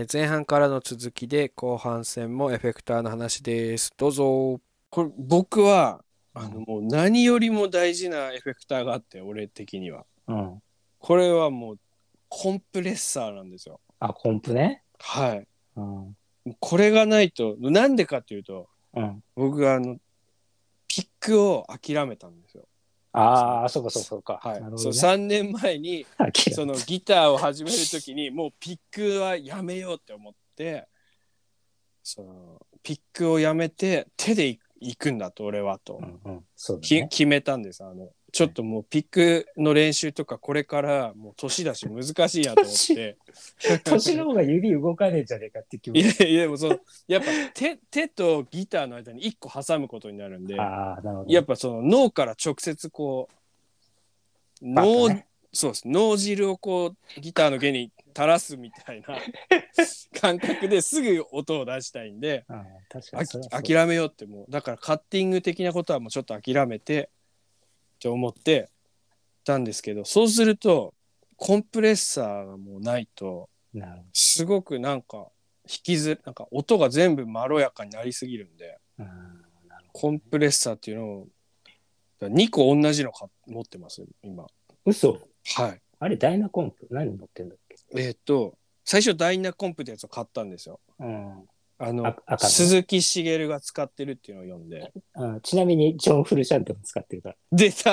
前半からの続きで後半戦もエフェクターの話です。どうぞ。これ僕はもう何よりも大事なエフェクターがあって、俺的には。 うん。 これはもうコンプレッサーなんですよ。 あ、コンプね。 はい。 うん。 これがないと、なんでかっていうと、 うん。 僕がピックを諦めたんですよ。 ああ、そうかそうかそうか。 はい。そう、 なるほどね。 3年前に諦めた。 ギターを始めるときにもうピックはやめようって思って、ピックをやめて手で行くんだと俺はと、 うん。そうだね。 決めたんです。ちょっともうピックの練習とかこれからもう年だし難しいなと思って年の方が指動かねえんじゃねえかって気い分。 やいや、でもやっぱ手とギターの間に1個挟むことになるんで、 ああ、なるほど。 やっぱ脳から直接脳、そうです。脳汁をギターの弦に垂らすみたいな感覚ですぐ音を出したいんで、 確かに諦めようってもう、だからカッティング的なことはもうちょっと諦めてって思ってたんですけど、そうするとコンプレッサーがもうないと、すごくなんかなんか音が全部まろやかになりすぎるんで、コンプレッサーっていうのを2個同じの持ってます今。 嘘。 はい。 あれダイナコンプ何乗ってんだっけ。 最初ダイナコンプってやつを買ったんですよ。 うん。 鈴木茂が使ってるっていうのを読んで。 ちなみにジョン・フルシャンテも使ってるから。 出た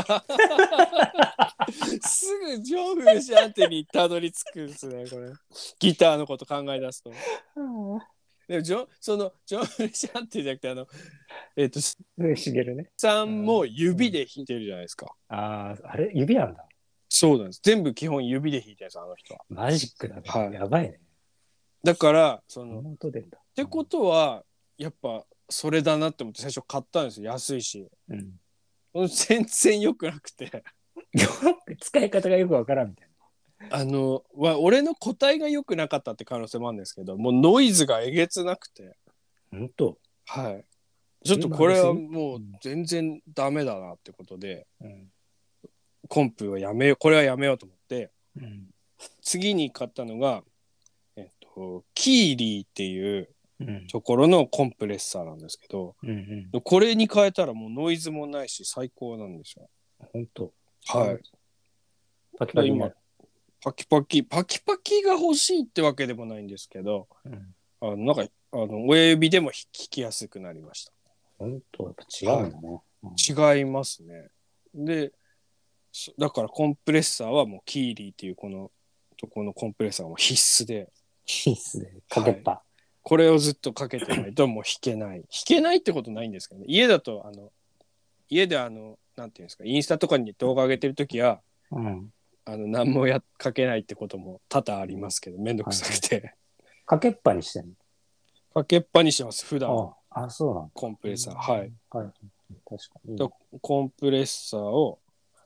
すぐジョン・フルシャンテにたどり着くんですね、これ。ギターのこと考え出すと。でもジョン・フルシャンテじゃなくて、 茂ね。 さんも指で弾いてるじゃないですか。 あれ指なんだ。 そうなんです。全部基本指で弾いてるんです、あの人は。 マジックだね。 はい。 やばいね。 だからってことはやっぱそれだなって思って最初買ったんですよ。安いし。全然良くなくて使い方がよくわからんみたい俺の個体が良くなかったって可能性もあるんですけど、もうノイズがえげつなくて。 本当。 はい。ちょっとこれはもう全然ダメだなってことで、コンプはこれはやめようと思って、次に買ったのがキーリーっていうところのコンプレッサーなんですけど、これに変えたらもうノイズもないし最高なんですよ。 本当。 はい。 パキパキになる。 パキパキが欲しいってわけでもないんですけど、なんか親指でも弾きやすくなりました。 本当、やっぱ違うんだね。違いますね。で、だからコンプレッサーはもうキーリーっていうこのコンプレッサーはもう必須で。 必須で。かけっぱ。 これをずっとかけてないともう弾けない。弾けないってことないんですけどね。家だと家でなんていうんですか、インスタとかに動画上げてるときは、何もかけないってことも多々ありますけど、めんどくさくて。 かけっぱにしてんの？ かけっぱにしてます、普段。 そうなんだ。 コンプレッサー。はい。 確かに。 コンプレッサーを、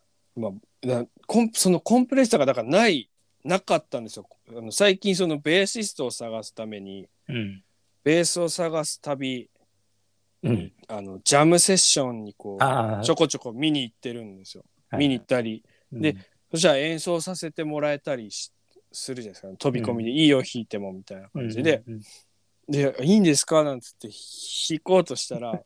そのコンプレッサーがだからなかったんですよ。最近ベーシストを探すために、ベースを探す旅に、ジャムセッションにちょこちょこ見に行ってるんですよ。見に行ったり。で、そしたら演奏させてもらえたりするじゃないですか。飛び込みでいいよ弾いてもみたいな感じで。で、いいんですかなんつって弾こうとしたら、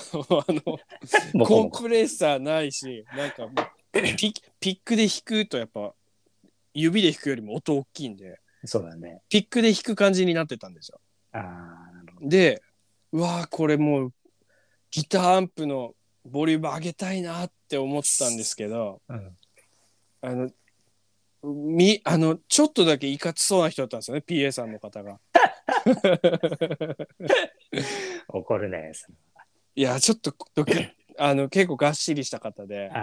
コンプレッサーないし、なんかピックで弾くとやっぱ指で弾くよりも音大きいんで、 そうだね。 ピックで弾く感じになってたんですよ。で、これもうギターアンプのボリューム上げたいなって思ったんですけど、ちょっとだけいかつそうな人だったんですよね、PA さんの方が。 怒るね。 いや、ちょっと結構がっしりした方で、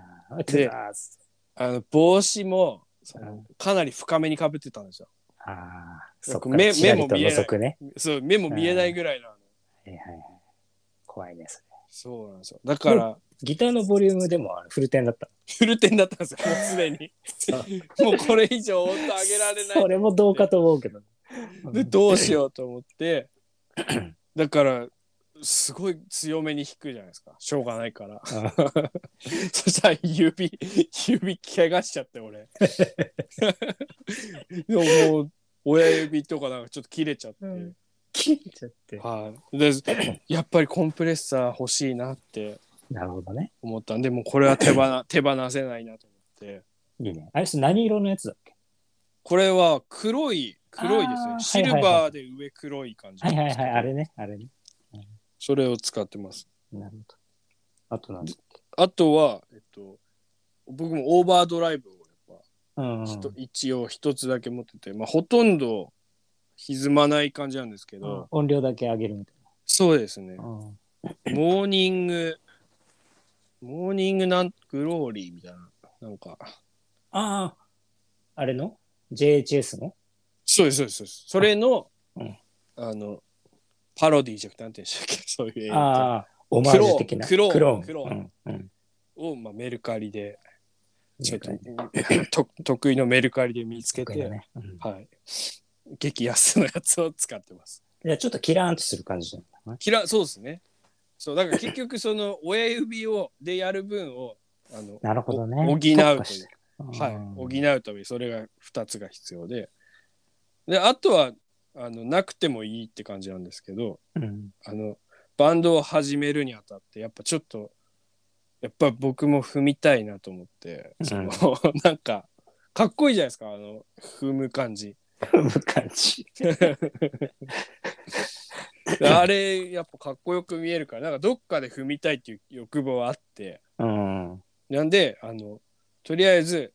帽子もかなり深めにかぶってたんですよ。目も見えない。そう、目も見えないぐらいの。 怖いね、それ。 そうなんですよ。だからギターのボリュームでもフルテンだった。 フルテンだったんですよ、もうすでに。もうこれ以上音上げられない。 それもどうかと思うけど。 で、どうしようと思って、だからすごい強めに弾くじゃないですか。しょうがないから。そしたら指怪我しちゃって俺。でももう親指とかなんかちょっと切れちゃって、 切れちゃって。 はい。で、やっぱりコンプレッサー欲しいなってなるほどね。 思ったんで、もうこれは手放せないなと思って。 いいね。あれ、何色のやつだっけ？ これは黒いですね。シルバーで上黒い感じはいはいはい、 なんですけど。 あれね、あれね。 それを使ってます。 なるほど。あとなんだっけ？ あとは、僕もオーバードライブをやっぱ、一応一つだけ持ってて、まあ、ほとんど歪まない感じなんですけど、 音量だけ上げるみたいな。 そうですね。モーニンググローリーみたいな、なんか。 ああ、あれの ?JHS の？ そうです。それの、パロディじゃなくて、なんて言うんでしたっけ、そういう。 ああ、オマージュ的な。 クローン。 を、まあ、メルカリで、ちょっと得意のメルカリで見つけて、 ね、 はい。激安のやつを使ってます。 いや、ちょっとキラーンとする感じなんだな。そうですね。そう、だから結局その親指でやる分を、 なるほどね。 補うという。はい。補うためにそれが2つが必要で。で、あとは、なくてもいいって感じなんですけど、バンドを始めるにあたって、やっぱちょっと、やっぱ僕も踏みたいなと思って、なんか、かっこいいじゃないですか、踏む感じ。 踏む感じ。 あれ、やっぱかっこよく見えるから、なんかどっかで踏みたいっていう欲望はあって、なんで、とりあえず、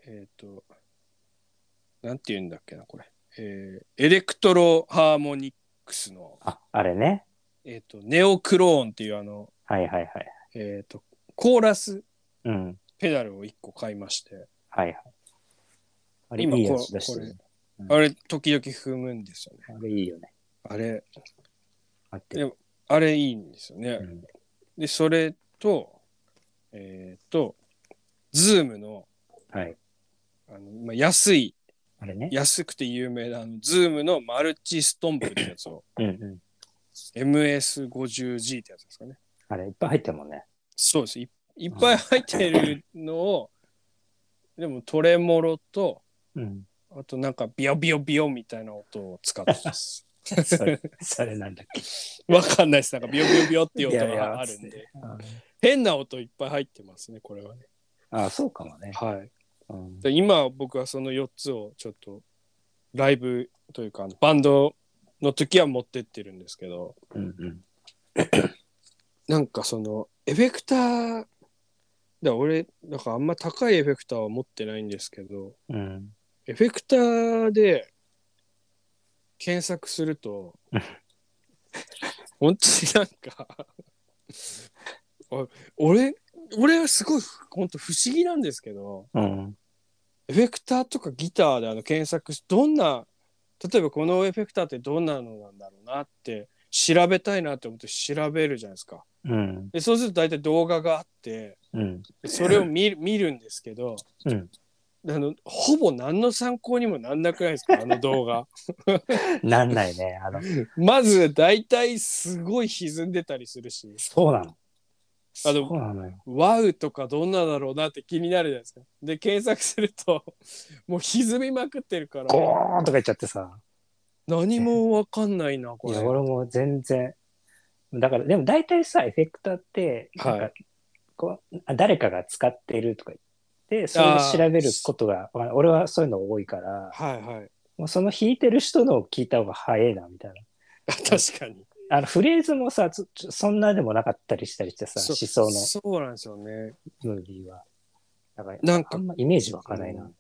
なんて言うんだっけな、これ。エレクトロハーモニクスの、 あれね。 ネオクローンっていうはいはいはい。 コーラスペダルを1個買いまして、 はいはい。あれいいやつ出してる。 あれ時々踏むんですよね。 あれいいよね。あれいいんですよね。で、それと、ズームの、安い、 あれね、 安くて有名なズームのマルチストンプってやつを、MS50G ってやつですかね。 あれいっぱい入ってるもんね。 そうです。いっぱい入ってるのを、でもトレモロと、あとなんかビヨビヨビヨみたいな音を使ってます。 それなんだっけ？ わかんないです。なんかビヨビヨビヨっていう音があるんで。変な音いっぱい入ってますね、これはね。 ああ、そうかもね。 はい。今僕はその4つをちょっとライブというかバンドの時は持ってってるんですけど、なんかそのエフェクター俺だからあんま高いエフェクターは持ってないんですけど、エフェクターで検索すると本当になんか俺はすごい本当不思議なんですけど、エフェクターとかギターで検索どんな、例えばこのエフェクターってどんなのなんだろうなって調べたいなって思って調べるじゃないですか。でそうすると大体動画があって、それを見るんですけど、ほぼ何の参考にもなんなくないですか、あの動画。 なんないね。 まず大体すごい歪んでたりするし。 そうなの。 ワウとかどんなだろうなって気になるじゃないですか。で検索するともう歪みまくってるから、 ゴーンとか言っちゃってさ、 何もわかんないなこれ。 いや俺も全然だから。でも大体さ、エフェクターってなんかこう誰かが使ってるとか言ってそれで調べることが、俺はそういうの多いから、もうその弾いてる人のを聞いた方が早いなみたいな。 確かにフレーズもさ、そんなでもなかったりしたりしてさ、思想の。 そうなんですよね。 ムービーは。だからなんかあんまイメージ湧かないなって。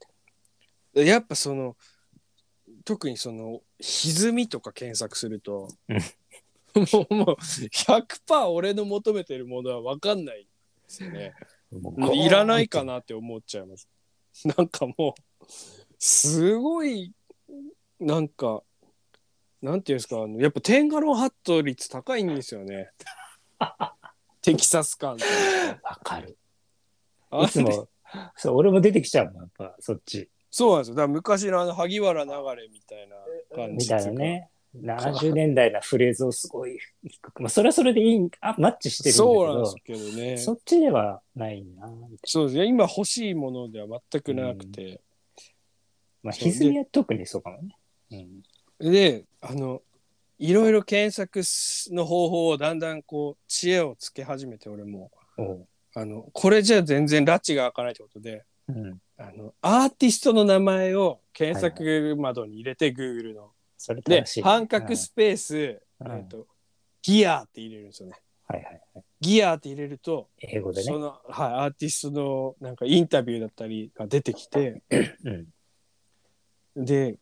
やっぱその特にその歪みとか検索するともう 100% 俺の求めてるものは分かんないですよね。いらないかなって思っちゃいます。なんかもうすごいなんかなんていうんですか、やっぱテンガロンハット率高いんですよね。テキサス感。 わかる。いつもそう俺も出てきちゃうもん、やっぱそっち。 そうなんですよ。だから昔の萩原流れみたいな感じみたいなね。70年代なフレーズをすごい低く、それはそれでマッチしてるんだけど、 そうなんですけどね。 そっちではないな。 そうですね。今欲しいものでは全くなくて。 歪みは特にそうかもね。 うん、 でいろいろ検索の方法をだんだんこう知恵をつけ始めて、俺もこれじゃ全然拉致が開かないってことで、 うん、 アーティストの名前を検はいはい、 索窓に入れて、Google のそれ正でしいね。 半角スペース、ギアって入れるんですよね。 はいはいはい。 ギアって入れると英語でね。 アーティストのなんかインタビューだったりが出てきて、で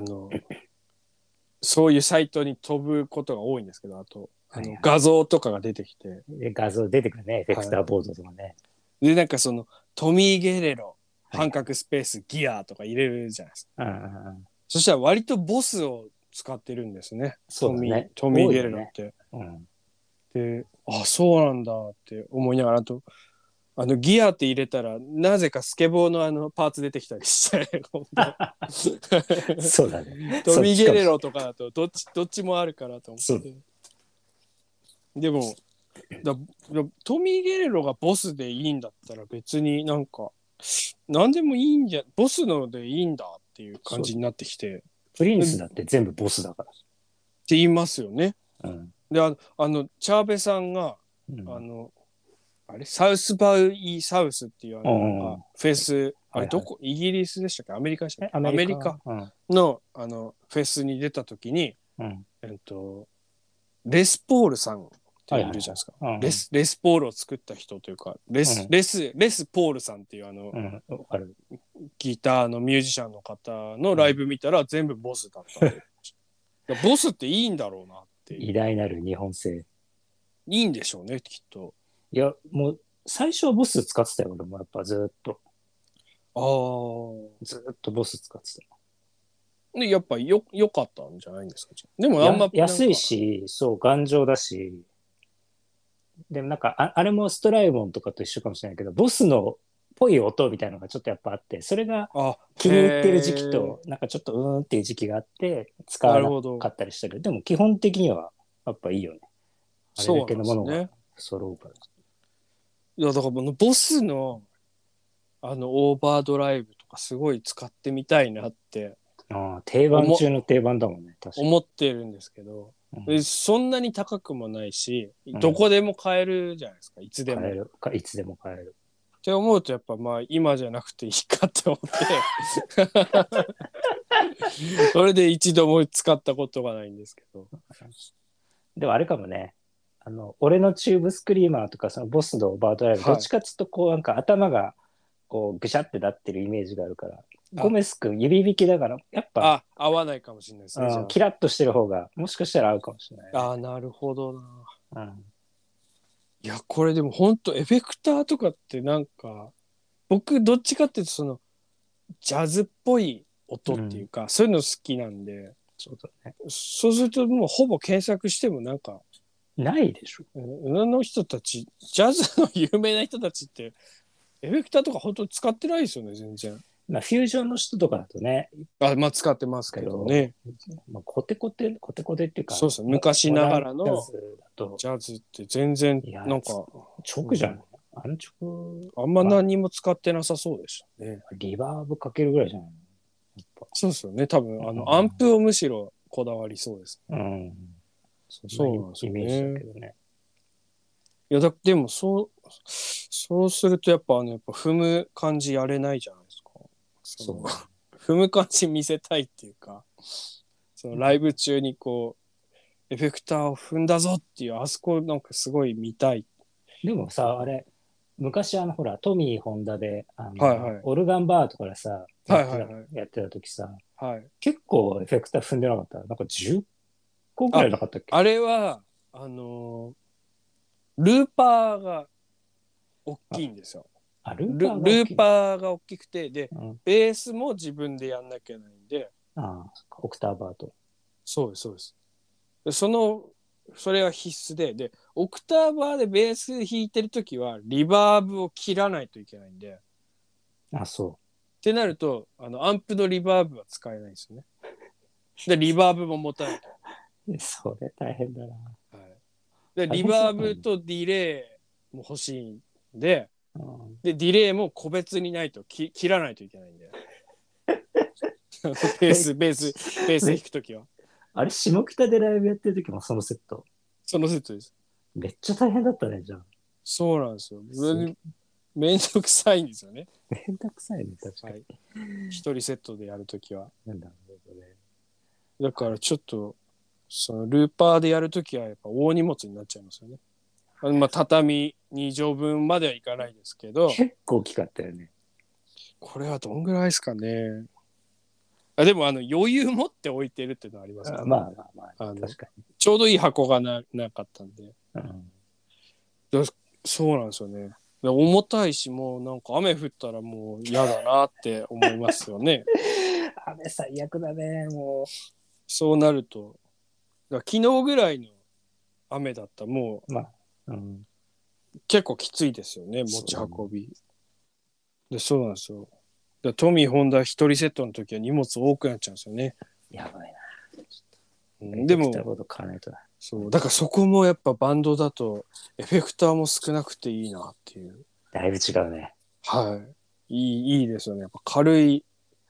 そういうサイトに飛ぶことが多いんですけど、あと画像とかが出てきて、 で画像出てくるね、エフェクターボードとかね。 でなんかトミー・ゲレロはい半角スペースギアとか入れるじゃないですか。 はい、 そしたら割とボスを使ってるんですね。 そうだね。 トミー・ゲレロっ多いよね。 て。 うん。 で、そうなんだって思いながら、あと、ギアって入れたら、なぜかスケボーのパーツ出てきたりして、 そうだね。 トミー・そっちかもしれない。 ゲレロとかだとどっちもあるからと思そう。 って。でも、トミー・ゲレロがボスでいいんだったら別になんか、何でもいいんじゃ、ボスのでいいんだっていう感じになってきて。 プリンスだって全部ボスだから。 って言いますよね。 うん。 で、チャーベさんが、 うん、 サウスバウイサウスっていううん、 フェス、 はいはい、 イギリスでしたっけ、アメリカでしたっけ、 アメリカ、うん、 の、フェスに出た時に、 うん、 レスポールさんってはいはい、 いるじゃないですか。 うん、 レスポールを作った人というか、レスポールさんっていううん、 ギターのミュージシャンの方のライブ見たら全部ボスだった。ボスっていいんだろうなっていう。 偉大なる日本製。 いいんでしょうね、きっと。 いや、もう、最初はボス使ってたよ、俺もやっぱずっと。ずっとボス使ってた。 で、やっぱ良かったんじゃないんですか。でもあんま安いし、そう、頑丈だし、でもなんかあれもストライボンとかと一緒かもしれないけど、ボスのぽい音みたいなのがちょっとやっぱあって、それが気に入ってる時期と、なんかちょっとっていう時期があって、使わなかったりしたけど、でも基本的にはやっぱいいよね。あれだけのものが揃うから。 いや、だからボスのオーバードライブとかすごい使ってみたいなって。 定番中の定番だもんね、 確かに。思ってるんですけど、そんなに高くもないし、どこでも買えるじゃないですか、いつでも。 いつでも買える。 って思うとやっぱ今じゃなくていいかって思ってそれで一度も使ったことがないんですけど。 でもあれかもね、俺のチューブスクリーマーとかそのボスのオーバードライブ、どっちかっつうとこうなんか頭がこうぐしゃってなってるイメージがあるから、ゴメス君指引きだからやっぱ合わないかもしれないですね。 キラッとしてる方がもしかしたら合うかもしれない、 ね。なるほどな。いやこれでも本当エフェクターとかってなんか僕どっちかっていうとジャズっぽい音っていうか、そういうの好きなんで、 そうだね。 そうするともうほぼ検索してもなんかないでしょ。 の人たち、ジャズの有名な人たちってエフェクターとか本当に使ってないですよね、全然。 フュージョンの人とかだとね。 使ってますけどね。 コテコテっていうか。 そうですね。昔ながらのジャズって全然なんか。 直じゃん。 あんま何も使ってなさそうでしたね。 リバーブかけるぐらいじゃないの。 そうですよね。多分アンプをむしろこだわりそうです。 そうなんですよね。イメージだけどね。 いやでもそうするとやっぱ踏む感じやれないじゃないですか。踏む感じ見せたいっていうか、ライブ中にこうエフェクターを踏んだぞっていうあそこなんかすごい見たい。 でもさ、あれ昔ほらトミー・ホンダでオルガンバーとかでさやってた時さ、結構エフェクター踏んでなかった。なんか10個ぐらいなかったっけ。 あれはルーパーが大きいんですよ。ルーパーが大きくて、で、ベースも自分でやんなきゃいけないんで。 オクターバーと。 そうです、そうです。でそれは必須で、オクターバーでベース弾いてるときは、リバーブを切らないといけないんで。 そう。 ってなると、アンプのリバーブは使えないんですよね。で、リバーブも持たない。 それ大変だな。 で、リバーブとディレイも欲しいんで、で、ディレイも個別にないと切らないといけないんで。 ベース弾くときは。 あれ、下北でライブやってる時もそのセット。 そのセットです。 めっちゃ大変だったね、じゃあ。 そうなんですよ。めんどくさいんですよね。 めんどくさいね、確かに。 はい、一人セットでやるときは。 なんだろうね。 だからちょっと、そのルーパーでやるときはやっぱ大荷物になっちゃいますよね。まあ、畳2畳分まではいかないですけど。 結構大きかったよね。 これはどんぐらいですかね。でも余裕持って置いてるっていうのはありますね。 まあまあまあ、確かに。 ちょうどいい箱がなかったんで。 うん、 そうなんですよね。重たいし、もうなんか雨降ったらもう嫌だなって思いますよね。 雨最悪だね、もう。 そうなると。昨日ぐらいの雨だったらもう、 まあ、うん、 結構きついですよね、持ち運び。で、そうなんですよ。トミー・ホンダ一人セットの時は荷物多くなっちゃうんですよね。 やばいな。でも、そう、だからそこもやっぱバンドだとエフェクターも少なくていいなっていう。 だいぶ違うね。 はい。いいですよね。やっぱ軽い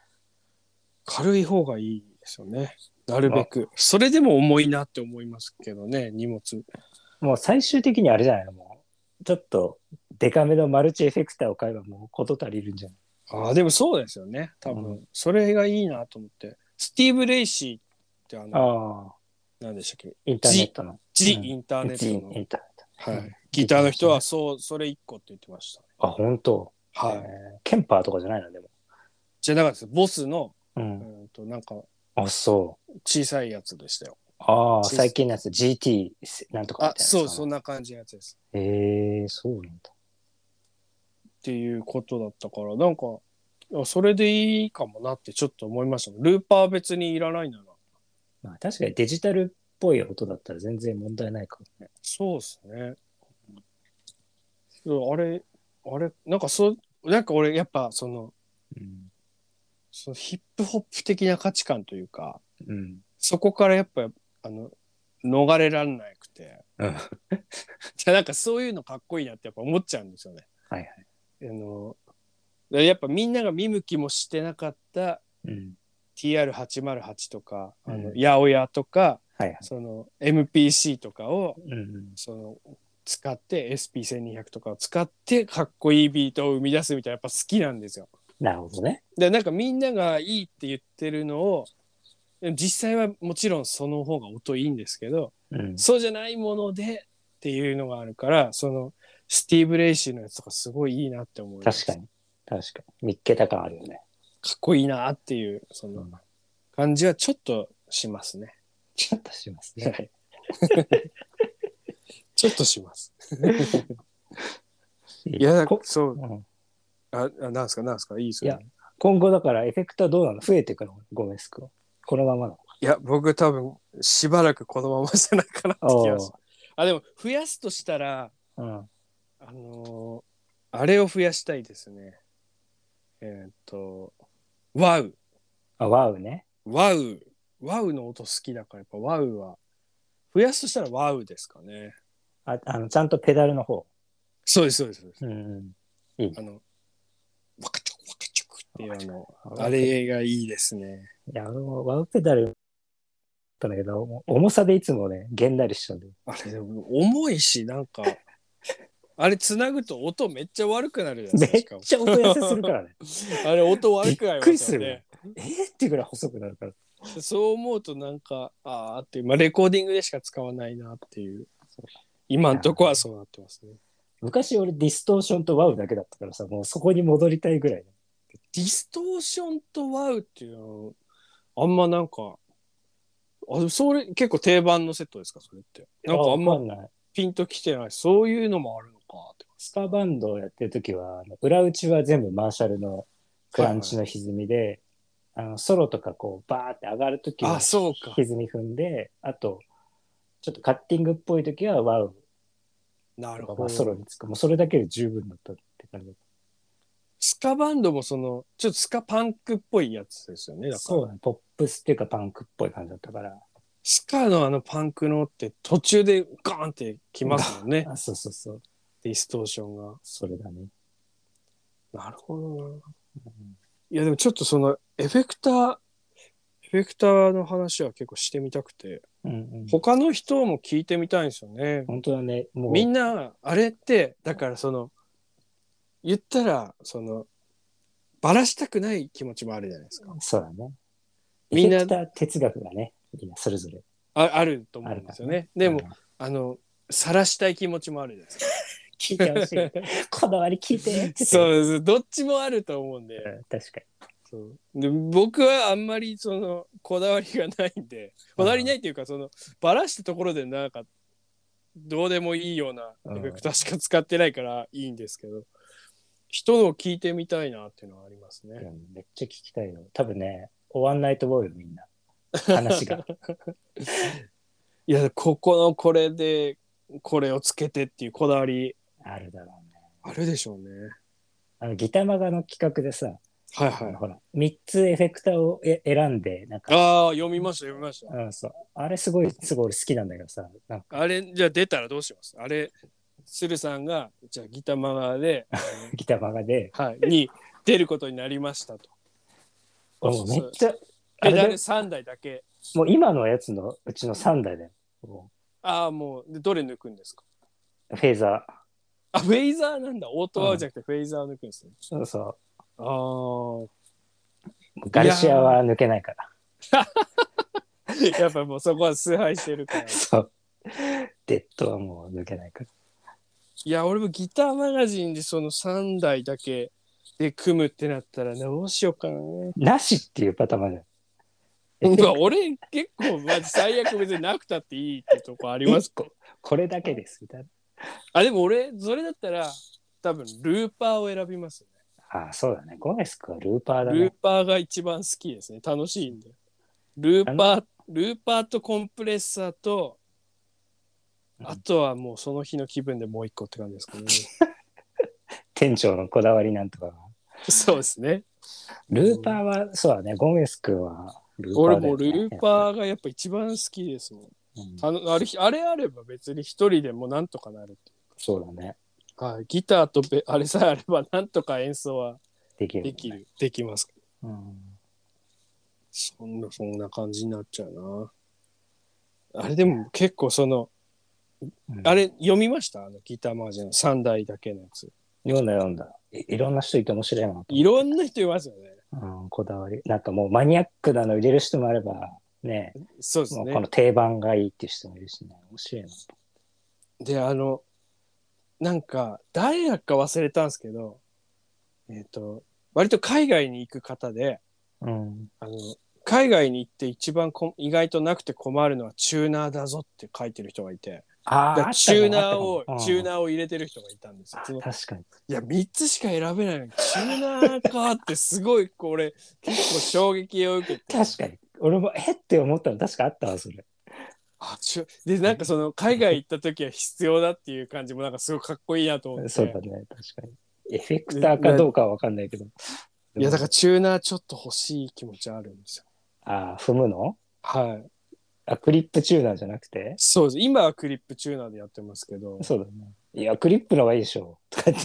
方がいいですよね。なるべく。それでも重いなって思いますけどね、荷物。 もう最終的にあれじゃないの、もう、ちょっとデカめのマルチエフェクターを買えばもう事足りるんじゃない？ ああ、でもそうですよね。多分、それがいいなと思って。スティーブ・レイシーって何でしたっけ？ インターネットの。 インターネットの。 インターネット。 はい。ギターの人はそれ1個って言ってました。 あ、本当。 はい。 ケンパーとかじゃないのでも。 じゃなかったです。ボスの、なんか、 そう。 小さいやつでしたよ。 ああ、最近のやつ GT なんとかみたいな。 あ、そう、そんな感じのやつです。 そうなんだ。 っていうことだったから、なんか、それでいいかもなってちょっと思いました。ルーパー別にいらないなら。 まあ確かにデジタルっぽい音だったら全然問題ないかもね。 そうですね。あれ、なんか俺やっぱそのヒップホップ的な価値観というか、そこからやっぱ逃れられなくて、じゃなんかそういうのかっこいいなってやっぱ思っちゃうんですよね。 はいはい。やっぱみんなが見向きもしてなかった、TR808 とか八百屋とか、その MPC とかを、その使って SP1200 とかを使ってかっこいいビートを生み出すみたいなやっぱ好きなんですよ。 なるほどね。 でなんかみんながいいって言ってるのを実際はもちろんその方が音いいんですけど、そうじゃないものでっていうのがあるから、そのスティーブ・レイシーのやつとかすごいいいなって思います。 確かに見っけた感あるよね。 かっこいいなっていうその感じはちょっとしますね。 ちょっとしますね。 ちょっとします。いやそう。なんすかいいですよね。 今後だからエフェクターどうなの？増えていくの？ゴメスクはこのままなの？ いや僕多分しばらくこのままじゃないかなって気がする。でも増やすとしたら、あれを増やしたいですね。ワウ。 ワウね。 ワウの音好きだからやっぱワウは増やすとしたらワウですかね。 ちゃんとペダルの方。 そうです。 いい。 ワカチョクワカチョクっていうあれがいいですね。 いやワウペダルだけど重さでいつもねげんなりしちゃうんだよ。 あれでも重いしなんかあれつなぐと音めっちゃ悪くなるじゃないですか。 めっちゃ音痩せするからね。 あれ音悪くなりますよね。 っていうぐらい細くなるから。 そう思うとなんかっていう、レコーディングでしか使わないなっていう。今んとこはそうなってますね。 昔俺ディストーションとワウだけだったからさ、もうそこに戻りたいぐらい。 ディストーションとワウっていうのあんまなんかそれ結構定番のセットですかそれって。なんかあんまピンときてない。そういうのもあるのかって。 スカバンドをやってる時は裏打ちは全部マーシャルのクランチの歪みで、ソロとかこうバーって上がる時は歪み踏んで、あとちょっとカッティングっぽい時はワウなるほど。 ソロにつく。もうそれだけで十分だったって感じ。 スカバンドもちょっとスカパンクっぽいやつですよね。だからそうね、ポップスっていうかパンクっぽい感じだったから。 スカのパンクのって途中でガーンってきますもんね。 そう。 ディストーションが。 それだね。 なるほどな。いやでもちょっとそのエフェクターフェクターの話は結構してみたくて、他の人も聞いてみたいんですよね。 本当だね。 もうみんなあれってだから言ったらバラしたくない気持ちもあるじゃないですか。 そうだね。みんなエフェクター哲学がね、みんなそれぞれあると思うんですよね。でも晒したい気持ちもあるじゃないですか。 聞いてほしい。こだわり聞いて。 そうです。どっちもあると思うんで。 確かに。 そうで僕はあんまりこだわりがないんで、こだわりないっていうかバラしたところでなんかどうでもいいようなエフェクターしか使ってないからいいんですけど、人のを聞いてみたいなっていうのはありますね。 めっちゃ聞きたいよ。多分ね、終わんないと思うよみんな。話が。 いやこれでこれをつけてっていうこだわりあるだろうね。 あるでしょうね。 ギタマガの企画でさ、 はいはい、 ほら3つエフェクターを選んでなんか読みました。 そうあれすごい俺好きなんだけどさ、なんかあれじゃあ出たらどうします？あれ鶴さんがじゃあギタマガでギタマガで、 に出ることになりましたと。 もうめっちゃペダル3台だけ。 もう今のやつのうちの3台だよ。 もうでどれ抜くんですか？ フェーザー。フェイザーなんだ。オートワじゃなくてフェイザー抜くんですね。 そうそう。 ああ。 ガルシアは抜けないから。 やっぱもうそこは崇拝してるから。 そう。デッドはもう抜けないから。 いや、俺もギターマガジンでその3台だけで組むってなったらどうしようかな。 なしっていうパターンまで。 俺結構マジ最悪別になくたっていいってとこありますか？ これだけですみたいな。 でも俺それだったら多分ルーパーを選びますね。 そうだね。ゴメスクはルーパーだね。 ルーパーが一番好きですね。楽しいんで。ルーパーとコンプレッサーと、あとはもうその日の気分でもう一個って感じですかね。 店長のこだわりなんとかが。 そうですね。 ルーパーは、そうだね。ゴメスクはルーパーだよね。俺もルーパーがやっぱ一番好きですもん。あれあれば別に一人でもなんとかなるっていう。 そうだね。 ギターとあれさえあればなんとか演奏はできます。そんな感じになっちゃうな。あれでも結構あれ読みました？ギターマージンの3台だけのやつ。 読んだ。いろんな人いて面白いな。 いろんな人いますよね。 こだわり。なんかもうマニアックなの入れる人もあれば、ね。 そうですね。 もうこの定番がいいっていう人もいるしね。面白いな。 で、なんか、誰だか忘れたんですけど、割と海外に行く方で、海外に行って一番意外となくて困るのはチューナーだぞって書いてる人がいて、チューナーを入れてる人がいたんですよ。 確かに。 いや、3つしか選べないのに、チューナーかってすごい、これ、結構衝撃を受けて。 確かに。俺も、って思ったの確かあったわ、それ。 で、なんか海外行った時は必要だっていう感じもなんかすごいかっこいいなと思って。 そうだね、確かに。エフェクターかどうかは分かんないけど。 いや、だからチューナーちょっと欲しい気持ちあるんですよ。 踏むの？ はい。 クリップチューナーじゃなくて？ そうです。今はクリップチューナーでやってますけど。 そうだね。いや、クリップの方がいいでしょ。とか言って。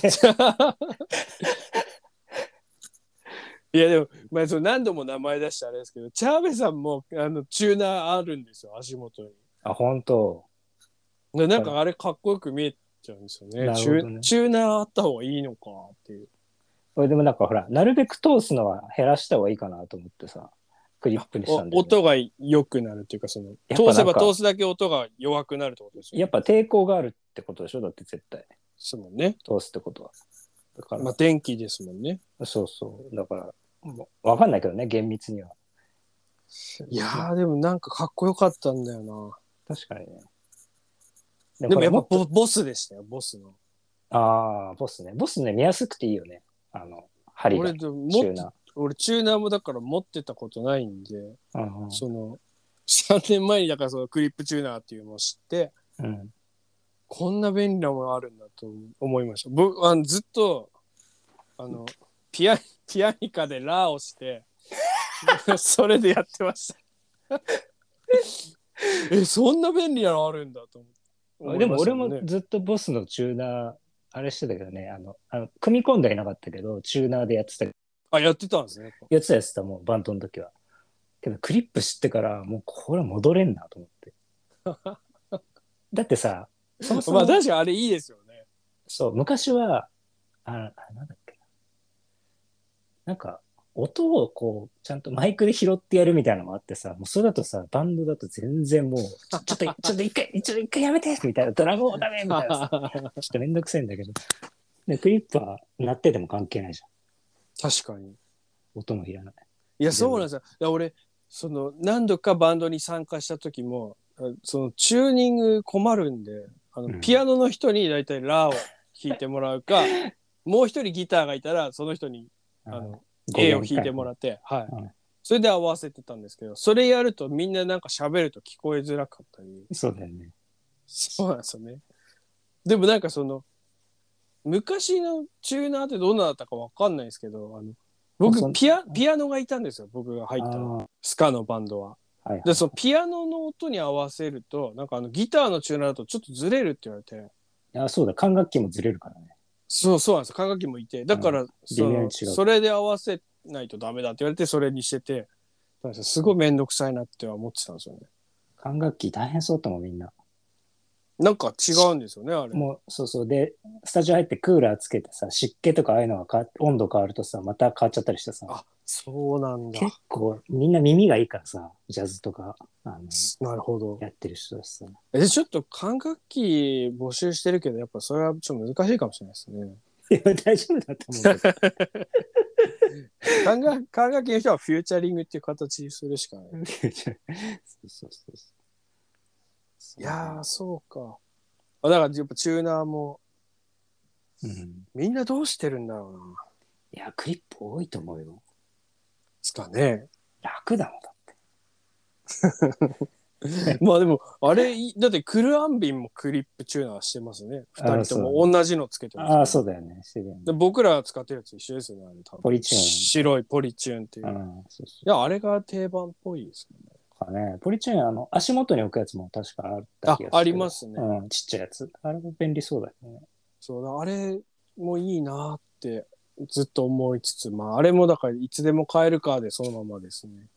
いやでも、何度も名前出してあれですけど、チャーベさんもチューナーあるんですよ、足元に。 本当。 なんかあれかっこよく見えちゃうんですよね。チューナーあった方がいいのかっていう。 でもなんかほら、なるべく通すのは減らした方がいいかなと思ってさ、クリップにしたんだけど。 音が良くなるっていうか、通せば通すだけ音が弱くなるってことですよね。 やっぱ抵抗があるってことでしょ？だって絶対。 そうもんね。 通すってことは。 だから電気ですもんね。 そうそう。だから、わかんないけどね、厳密には。 いやでもなんかかっこよかったんだよな。 確かにね。 でもやっぱボスでしたよ、ボスの。 ボスね。ボスね、見やすくていいよね。針が。 俺チューナーもだから持ってたことないんで、3年前にだからクリップチューナーっていうのを知って、こんな便利なものあるんだと思いました。僕ずっとピアニカでラーをしてそれでやってましたそんな便利なのあるんだと思って。 でも俺もずっとボスのチューナーあれしてたけどね、組み込んではいなかったけどチューナーでやってた。 やってたんですね。 やってたもうバンドの時は。 けどクリップ知ってからもうこれ戻れんなと思って。だってさ、そもそもまあ確かにあれいいですよね。 そう昔はなんだっけなんか音をこうちゃんとマイクで拾ってやるみたいなのもあってさ、もうそれだとさバンドだと全然もうちょっと一回やめてみたいな、ドラムをダメみたいなさ、ちょっとめんどくせえんだけど、でクリップは鳴ってても関係ないじゃん。 確かに。 音もいらない。 いやそうなんですよ。いや俺その何度かバンドに参加した時もそのチューニング困るんでピアノの人にだいたいラを弾いてもらうか、もう一人ギターがいたらその人にA を弾いてもらって、はい、それで合わせてたんですけど、それやるとみんななんか喋ると聞こえづらかったり。 そうだよね。 そうなんですよね。でもなんかその昔のチューナーってどんなだったかわかんないですけど、僕ピアノがいたんですよ、僕が入ったスカのバンドは。はいはい、でそのピアノの音に合わせるとなんかギターのチューナーだとちょっとずれるって言われて。 そうだ、管楽器もずれるからね。 そうなんですよ、管楽器もいて、だから、それで合わせないとダメだって言われてそれにしてて、すごい面倒くさいなって思ってたんですよね。 管楽器大変そうだったもんみんな。 なんか違うんですよねあれ。 もうそうでスタジオ入ってクーラーつけてさ、湿気とかああいうのが温度変わるとさまた変わっちゃったりしてさ。 あ、そうなんだ。 結構みんな耳がいいからさ、ジャズとかなるほどやってる人だしさ。 ちょっと管楽器募集してるけどやっぱそれはちょっと難しいかもしれないですね。 いや大丈夫だと思うけど。 管楽器の人はフューチャリングっていう形にするしかない。 そういやーそうか。だからやっぱチューナーも、みんなどうしてるんだろうな。 いやクリップ多いと思うよ。 ですかね。 楽だもんだって。 まあでもあれだってクルアンビンもクリップチューナーしてますね。2人とも同じのつけてます、 ね。そうだよね。 で僕ら使ってるやつ一緒ですよね。多分ポリチューン。 白いポリチューンっていう。いやあれが定番っぽいですね。ポリチューン足元に置くやつも確かあった気がする。 ありますね。 ちっちゃいやつ。あれも便利そうだよね。 そうだ、あれもいいなってずっと思いつつ、まああれもだからいつでも買えるかでそのままですね。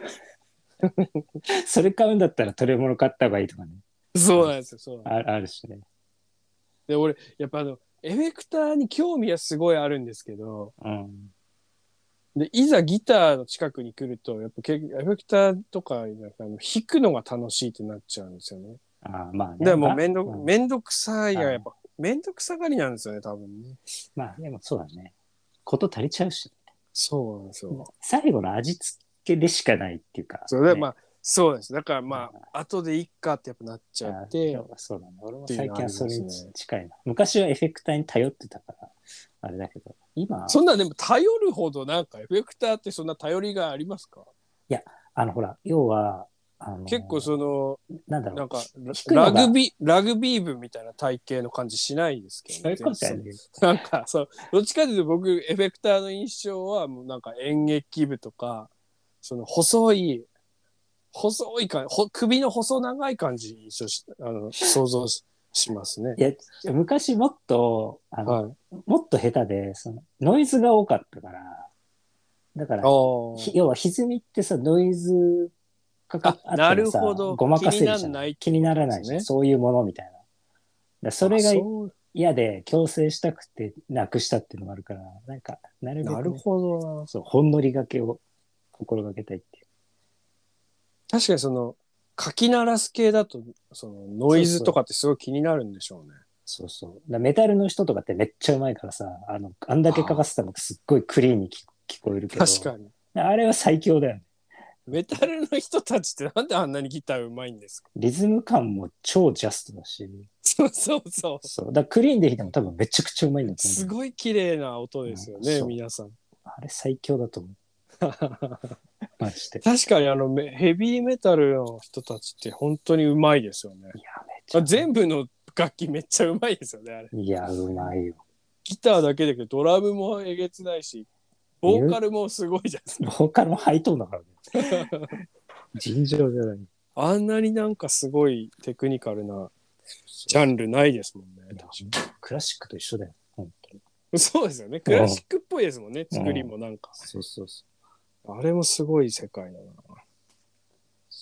それ買うんだったらトレモロ買った方がいいとかね。 そうなんですよ。そうあるしね。 で俺やっぱエフェクターに興味はすごいあるんですけど、でいざギターの近くに来るとやっぱエフェクターとかなんか弾くのが楽しいってなっちゃうんですよね。 まあね。 でもめんどくさいがやっぱめんどくさがりなんですよね多分ね。 まあでもそうだね。こと足りちゃうし。 そうなんですよ。 最後の味付けでしかないっていうか。 それでまあそうです。だからまあ後でいっかってやっぱなっちゃって。 そうだね。俺も最近はそれに近いな。昔はエフェクターに頼ってたからあれだけど、今そんなでも頼るほどなんかエフェクターってそんな頼りがありますか？ いやほら要は結構そのなんだろう、 なんかラグビー部みたいな体型の感じしないですけど、 そういうことやね。 なんかそうどっちかというと僕エフェクターの印象はもうなんか演劇部とかその細い感じ、首の細長い感じ想像しますね。 いや昔もっともっと下手でノイズが多かったから、だから要は歪みってさノイズかかってなるほど、 ごまかせるじゃん。気にならないし、ね、そういうものみたいな。それが嫌で強制したくてなくしたっていうのがあるから、なんかなるべく、ね、 なるほどな。 そうほんのりがけを心がけたいっていう。 確かにそのかき鳴らす系だとそのノイズとかってすごい気になるんでしょうね。 そうメタルの人とかってめっちゃうまいからさ、あんだけかかせたのすっごいクリーンに聞こえるけど、 確かにあれは最強だよね。 メタルの人たちってなんであんなにギターうまいんですか？ リズム感も超ジャストだし。 そうだからクリーンで弾いても多分めちゃくちゃうまいんだと思う。 すごい綺麗な音ですよね、皆さん。 あれ最強だと思う。マジで。 確かにヘビーメタルの人たちって本当にうまいですよね。いやめちゃ全部の楽器めっちゃうまいですよねあれ。 いやうまいよ。 ギターだけだけどドラムもえげつないし、ボーカルもすごいじゃないですか。 ボーカルもハイトーンだからね。尋常じゃない。 あんなになんかすごいテクニカルなジャンルないですもんね。 クラシックと一緒だよ。本当に。そうですよね。クラシックっぽいですもんね。作りもなんか。 そう。 あれもすごい世界だな。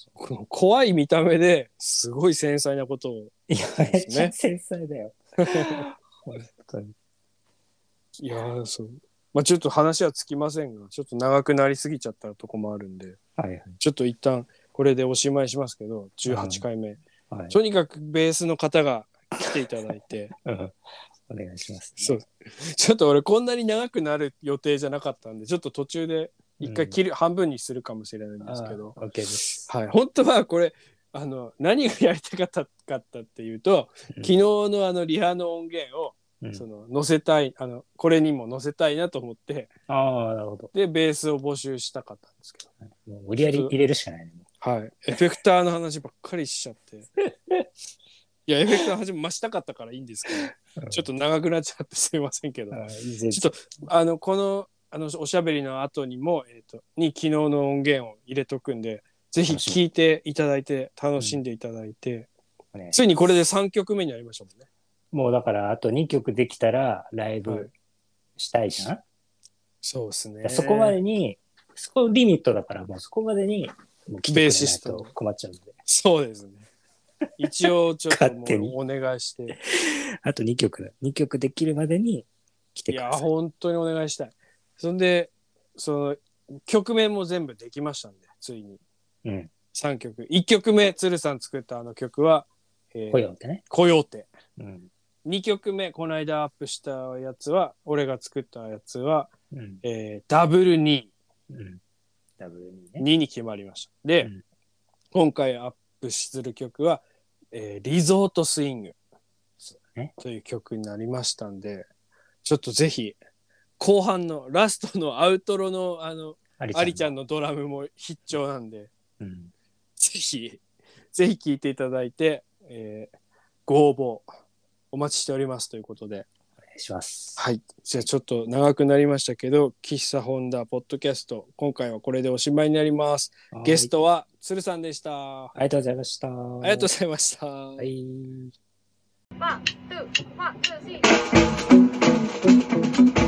この怖い見た目ですごい繊細なことを、ね、 いや、めっちゃ繊細だよ。本当に。 いやそう。まあちょっと話はつきませんが、ちょっと長くなりすぎちゃったとこもあるんで、 はいはい、 ちょっと一旦これでおしまいしますけど、18回目。 はい、 とにかくベースの方が来ていただいて、 お願いします、ね。 そう。ちょっと俺こんなに長くなる予定じゃなかったんで、ちょっと途中で一回半分にするかもしれないんですけど、 OK です。 はい。本当はこれ何がやりたかったっていうと、昨日のリハの音源を載せたい、これにも載せたいなと思って、 なるほど。 でベースを募集したかったんですけど、もう無理やり入れるしかないね。 はい。エフェクターの話ばっかりしちゃっていやエフェクターの話もしたかったからいいんですけど、ちょっと長くなっちゃってすいませんけど、ちょっとこのおしゃべりの後にも、昨日の音源を入れとくんで、ぜひ聴いていただいて楽しんでいただいて、ついにこれで3曲目になりましたもんね。 もうだからあと2曲できたらライブしたいじゃん、 そうですね。 そこまでに、そこリミットだから、もうそこまでにもう来てくれないと困っちゃうんで。 そうですね。一応ちょっともうお願いしてあと2曲できるまでに来てください。 いや本当にお願いしたい。そんでその曲名も全部できましたんで、ついに、3曲。1曲目鶴さん作った曲は、 コヨーテね。 コヨーテ、2曲目この間アップしたやつは、俺が作ったやつは、ダブル2、 ダブル 2ね、2に決まりました。で、今回アップする曲は、リゾートスイングという曲になりましたんで、ちょっとぜひ後半のラストのアウトロのアリちゃんのドラムも必聴なんで、ぜひ聴いていただいて、ご応募お待ちしておりますということで、 お願いします。 はい。じゃあちょっと長くなりましたけど、喫茶ホンダポッドキャスト、今回はこれでおしまいになります。ゲストは鶴さんでした。 ありがとうございました。 ありがとうございました。 はい。 1、2、1、2、3。